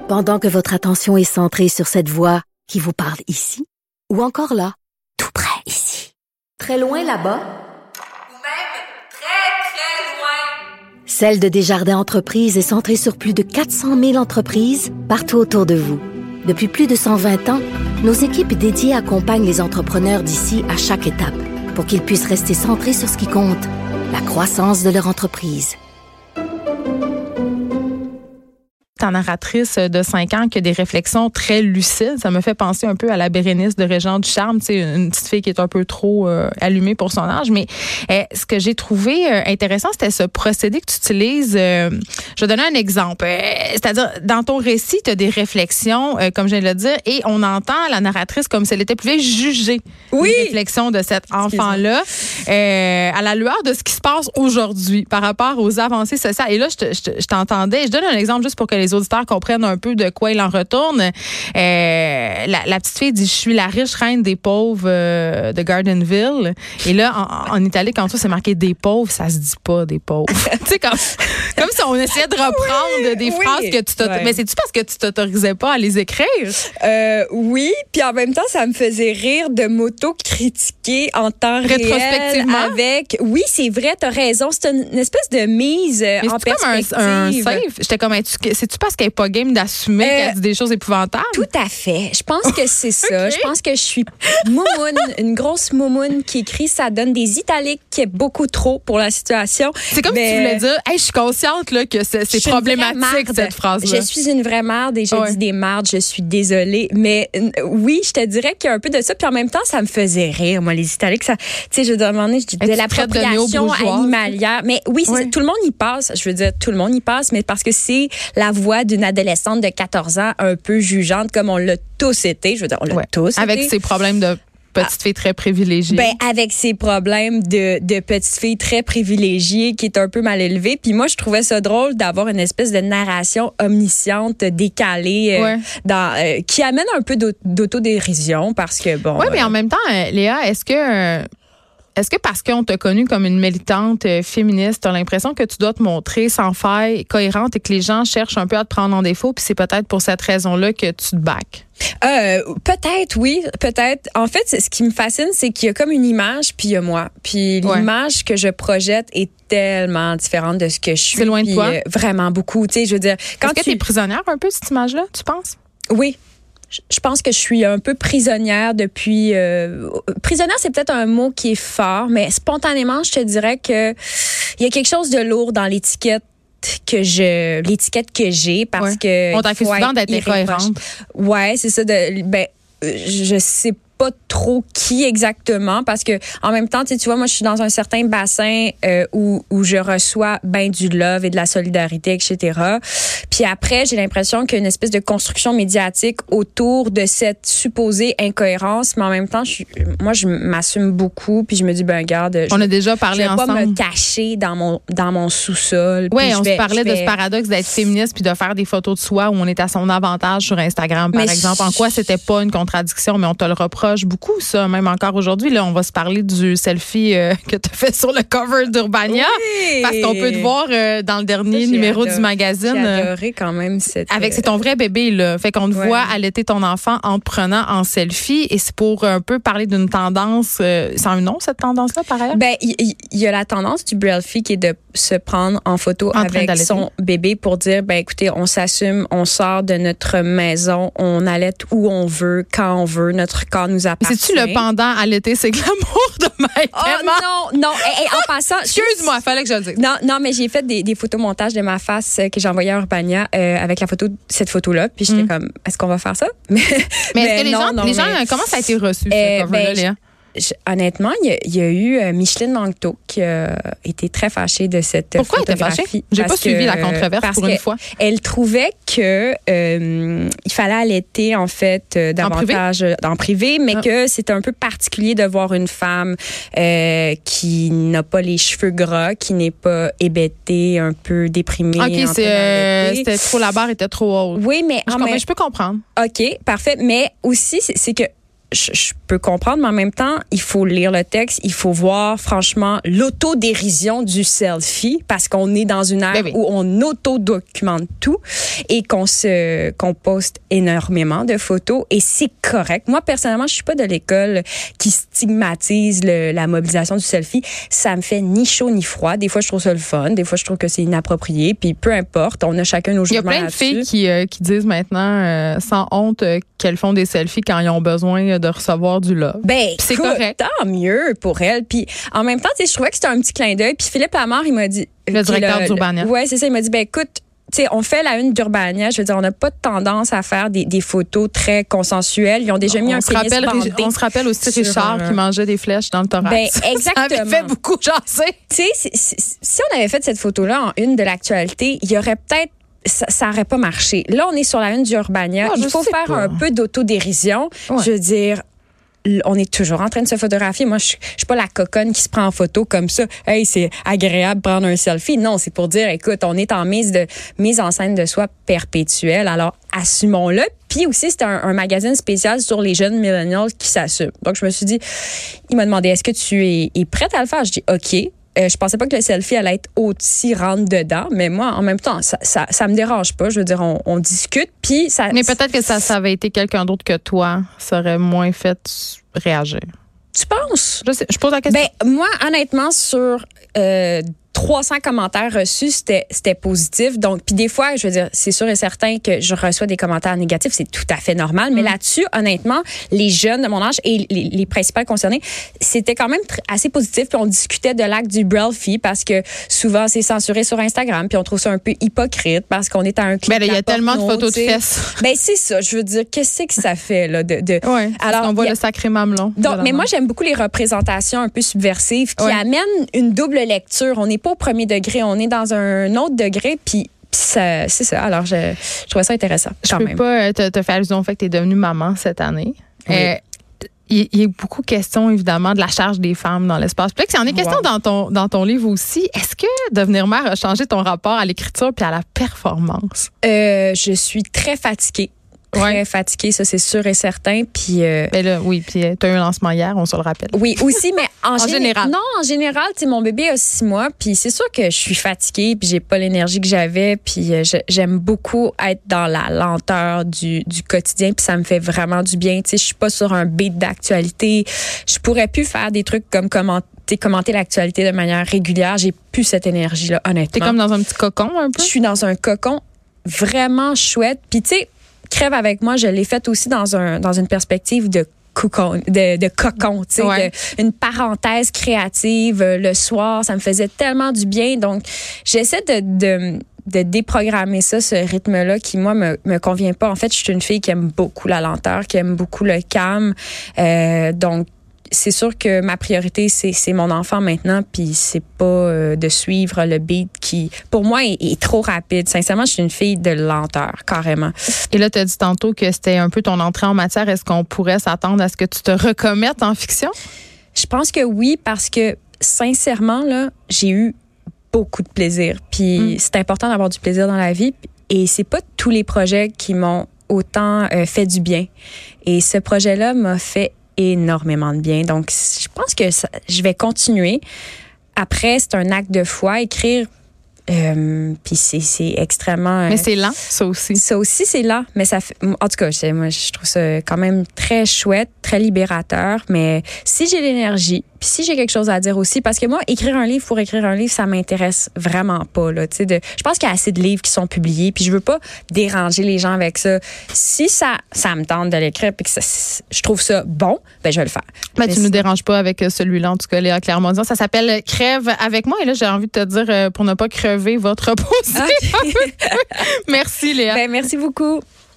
Pendant que votre attention est centrée sur cette voix qui vous parle ici, ou encore là, tout près ici, très loin là-bas, ou même très, très loin. Celle de Desjardins Entreprises est centrée sur plus de 400 000 entreprises partout autour de vous. Depuis plus de 120 ans, nos équipes dédiées accompagnent les entrepreneurs d'ici à chaque étape pour qu'ils puissent rester centrés sur ce qui compte, la croissance de leur entreprise. Ta narratrice de 5 ans qui a des réflexions très lucides. Ça me fait penser un peu à la Bérénice de Régent du Charme, tu sais, une petite fille qui est un peu trop allumée pour son âge. Mais ce que j'ai trouvé intéressant, c'était ce procédé que tu utilises. Je vais donner un exemple. C'est-à-dire, dans ton récit, tu as des réflexions, comme je viens de le dire, et on entend la narratrice comme si elle était plus vieille juger les réflexions de cet enfant-là à la lueur de ce qui se passe aujourd'hui par rapport aux avancées sociales. Et là, je t'entendais. Je donne un exemple juste pour que les auditeurs comprennent un peu de quoi il en retourne. La petite fille dit « Je suis la riche reine des pauvres de Gardenville ». Et là, en italique, en dessous, c'est marqué « des pauvres », ça se dit pas « des pauvres ». Tu sais, comme si on essayait de reprendre des phrases que tu t'autorisais. Mais c'est-tu parce que tu t'autorisais pas à les écrire? Oui, puis en même temps, ça me faisait rire de m'auto-critiquer en temps réel avec... Oui, c'est vrai, t'as raison. C'est une espèce de mise en perspective. Comme un save. J'étais comme, c'est-tu parce qu'elle n'est pas game d'assumer qu'elle dit des choses épouvantables? Tout à fait. Je pense que c'est ça. Okay. Je pense que je suis moumoune, une grosse moumoune qui écrit, ça donne des italiques beaucoup trop pour la situation. C'est comme si tu voulais dire, hey, je suis consciente là, que c'est problématique, cette phrase-là. Je suis une vraie merde et je dis des mardes, je suis désolée. Mais oui, je te dirais qu'il y a un peu de ça. Puis en même temps, ça me faisait rire, moi, les italiques. Tu sais, je demandais, je dis de l'appropriation animalière. Mais oui, tout le monde y passe. Je veux dire, tout le monde y passe, mais parce que c'est la voix d'une adolescente de 14 ans un peu jugeante, comme on l'a tous été. Je veux dire, on l'a tous avec été. Ses problèmes de petite fille très privilégiée. Avec ses problèmes de petite fille très privilégiée qui est un peu mal élevée. Puis moi, je trouvais ça drôle d'avoir une espèce de narration omnisciente, décalée, qui amène un peu d'autodérision parce que, bon... Oui, mais en même temps, Léa, est-ce que parce qu'on t'a connue comme une militante féministe, t'as l'impression que tu dois te montrer sans faille, cohérente et que les gens cherchent un peu à te prendre en défaut, puis c'est peut-être pour cette raison-là que tu te baques? Peut-être, oui, peut-être. En fait, ce qui me fascine, c'est qu'il y a comme une image, puis il y a moi. Puis l'image que je projette est tellement différente de ce que je suis. C'est loin de toi? Vraiment beaucoup. Tu sais, je veux dire... Est-ce que tu es prisonnière un peu de cette image-là, tu penses? Oui. Je pense que je suis un peu prisonnière depuis... prisonnière, c'est peut-être un mot qui est fort, mais spontanément, je te dirais que il y a quelque chose de lourd dans l'étiquette que j'ai parce que... On t'accuse souvent d'être incohérente. Ouais, c'est ça. Je sais pas trop qui exactement parce que en même temps, tu vois, moi, je suis dans un certain bassin où je reçois du love et de la solidarité, etc. Puis après, j'ai l'impression qu'il y a une espèce de construction médiatique autour de cette supposée incohérence, mais en même temps, je m'assume beaucoup, puis je me dis, regarde, on a déjà parlé ensemble. Je vais pas me ensemble. cacher dans mon sous-sol. Oui, on se parlait de ce paradoxe d'être féministe puis de faire des photos de soi où on est à son avantage sur Instagram, par exemple. En quoi c'était pas une contradiction, mais on te le reproche beaucoup, ça, même encore aujourd'hui. Là, on va se parler du selfie que tu as fait sur le cover d'Urbania. Oui. Parce qu'on peut te voir dans le dernier numéro du magazine. J'ai adoré quand même cette... C'est ton vrai bébé, là. Fait qu'on te voit allaiter ton enfant en te prenant en selfie. Et c'est pour un peu parler d'une tendance... c'est un nom, cette tendance-là, par ailleurs? Il y a la tendance du Braille-Fille qui est de se prendre en photo avec son bébé pour dire, écoutez, on s'assume, on sort de notre maison, on allaite où on veut, quand on veut, notre corps nous appartient. C'est-tu le pendant allaiter, c'est glamour de Maï? Non. En passant... Excuse-moi, fallait que je le dise. Non, mais j'ai fait des photomontages de ma face que j'ai envoyé à Urbania avec cette photo-là. Puis j'étais comme, est-ce qu'on va faire ça? Mais est-ce que les gens, comment ça a été reçu, ce cover-là, Léa? Honnêtement, il y a eu Micheline Langto qui a été très fâchée de cette Pourquoi photographie. Elle était fâchée? J'ai pas suivi la controverse pour une fois. Elle trouvait que il fallait allaiter en fait davantage en privé, mais que c'était un peu particulier de voir une femme qui n'a pas les cheveux gras, qui n'est pas hébétée, un peu déprimée. OK, c'était trop, la barre était trop haute. Oui, mais je peux comprendre. OK, parfait, mais aussi c'est que je peux comprendre, mais en même temps, il faut lire le texte, il faut voir, franchement, l'autodérision du selfie, parce qu'on est dans une ère où on autodocumente tout et qu'on poste énormément de photos, et c'est correct. Moi, personnellement, je suis pas de l'école qui stigmatise la mobilisation du selfie. Ça me fait ni chaud ni froid. Des fois, je trouve ça le fun. Des fois, je trouve que c'est inapproprié. Puis peu importe, on a chacun nos jugements là-dessus. Il y a plein de filles qui disent maintenant, sans honte, qu'elles font des selfies quand ils ont besoin de recevoir du love. Ben, c'est correct. Tant mieux pour elles. Puis en même temps, je trouvais que c'était un petit clin d'œil. Puis Philippe Lamar, il m'a dit... Le directeur d'Urbania. Ouais, c'est ça. Il m'a dit, ben écoute, t'sais, on fait la une d'Urbania. Je veux dire, on n'a pas de tendance à faire des photos très consensuelles. Ils ont déjà mis un pénis bandé. On se rappelle aussi Richard qui mangeait des flèches dans le thorax. Ben, exactement. Ça avait fait beaucoup jaser. Tu sais, si on avait fait cette photo-là en une de l'actualité, il y aurait peut-être ça n'aurait pas marché. Là, on est sur la une d'Urbania. Il faut faire un peu d'autodérision. Ouais. Je veux dire, on est toujours en train de se photographier. Moi, je suis pas la coconne qui se prend en photo comme ça. Hey, c'est agréable de prendre un selfie. Non, c'est pour dire, écoute, on est en mise en scène de soi perpétuelle. Alors, assumons-le. Puis aussi, c'était un magazine spécial sur les jeunes millennials qui s'assument. Donc, je me suis dit, il m'a demandé, est-ce que tu es prête à le faire? Je dis, OK. Je pensais pas que le selfie allait être aussi rentre dedans, mais moi, en même temps, ça me dérange pas. Je veux dire, on discute, puis ça... Mais peut-être que ça avait été quelqu'un d'autre que toi, ça aurait moins fait réagir. Tu penses? Je pose la question. Ben, moi, honnêtement, sur 300 commentaires reçus, c'était positif. Donc, puis des fois, je veux dire, c'est sûr et certain que je reçois des commentaires négatifs, c'est tout à fait normal. Mais là-dessus, honnêtement, les jeunes de mon âge et les principales concernés, c'était quand même assez positif. Puis on discutait de l'acte du Brelfie parce que souvent, c'est censuré sur Instagram. Puis on trouve ça un peu hypocrite parce qu'on est à un clip. Ben, il y a tellement de photos de fesses. Ben, c'est ça. Je veux dire, qu'est-ce que ça fait, là, ouais, alors, on voit le sacré mamelon. Donc, mais moi, j'aime beaucoup les représentations un peu subversives qui amènent une double lecture. On n'est pas au premier degré, on est dans un autre degré, puis c'est ça. Alors, je trouvais ça intéressant. Je peux pas te faire allusion au fait que tu es devenue maman cette année. Oui. Il y a beaucoup de questions, évidemment, de la charge des femmes dans l'espace public. Il y en a question dans ton livre aussi. Est-ce que devenir mère a changé ton rapport à l'écriture puis à la performance? Je suis très fatiguée. Très fatiguée, ça c'est sûr et certain. Puis ben là, oui, puis tu as eu un lancement hier, on se le rappelle. Oui, aussi, mais en général. Non, en général, tu sais, mon bébé a 6 mois, puis c'est sûr que je suis fatiguée, puis j'ai pas l'énergie que j'avais, puis j'aime beaucoup être dans la lenteur du quotidien, puis ça me fait vraiment du bien. Tu sais, je suis pas sur un beat d'actualité. Je pourrais plus faire des trucs comme commenter l'actualité de manière régulière. J'ai plus cette énergie-là, honnêtement. T'es comme dans un petit cocon un peu? Je suis dans un cocon vraiment chouette. Puis tu sais, Crève avec moi, je l'ai faite aussi dans une perspective de cocon, tu sais, une parenthèse créative le soir. Ça me faisait tellement du bien. Donc, j'essaie de déprogrammer ça, ce rythme-là qui, moi, me convient pas. En fait, je suis une fille qui aime beaucoup la lenteur, qui aime beaucoup le calme. Donc, c'est sûr que ma priorité, c'est mon enfant maintenant, puis c'est pas de suivre le beat qui, pour moi, est trop rapide. Sincèrement, je suis une fille de lenteur, carrément. Et là, tu as dit tantôt que c'était un peu ton entrée en matière. Est-ce qu'on pourrait s'attendre à ce que tu te recommettes en fiction? Je pense que oui, parce que, sincèrement, là, j'ai eu beaucoup de plaisir. Puis c'est important d'avoir du plaisir dans la vie. Et c'est pas tous les projets qui m'ont autant fait du bien. Et ce projet-là m'a fait énormément de bien. Donc, je pense que je vais continuer. Après, c'est un acte de foi. Écrire, puis c'est extrêmement... mais c'est lent, ça aussi. Ça aussi, c'est lent. Mais ça fait... En tout cas, moi, je trouve ça quand même très chouette, très libérateur. Mais si j'ai l'énergie, puis si j'ai quelque chose à dire aussi, parce que moi, écrire un livre pour écrire un livre, ça m'intéresse vraiment pas. Là, je pense qu'il y a assez de livres qui sont publiés, puis je veux pas déranger les gens avec ça. Si ça me tente de l'écrire, puis que je trouve ça bon, ben je vais le faire. Ben, tu nous déranges pas avec celui-là, en tout cas, Léa Clermont-Dion. Ça s'appelle Crève avec moi. Et là, j'ai envie de te dire, pour ne pas crever votre reposé. Merci, Léa. Ben, merci beaucoup.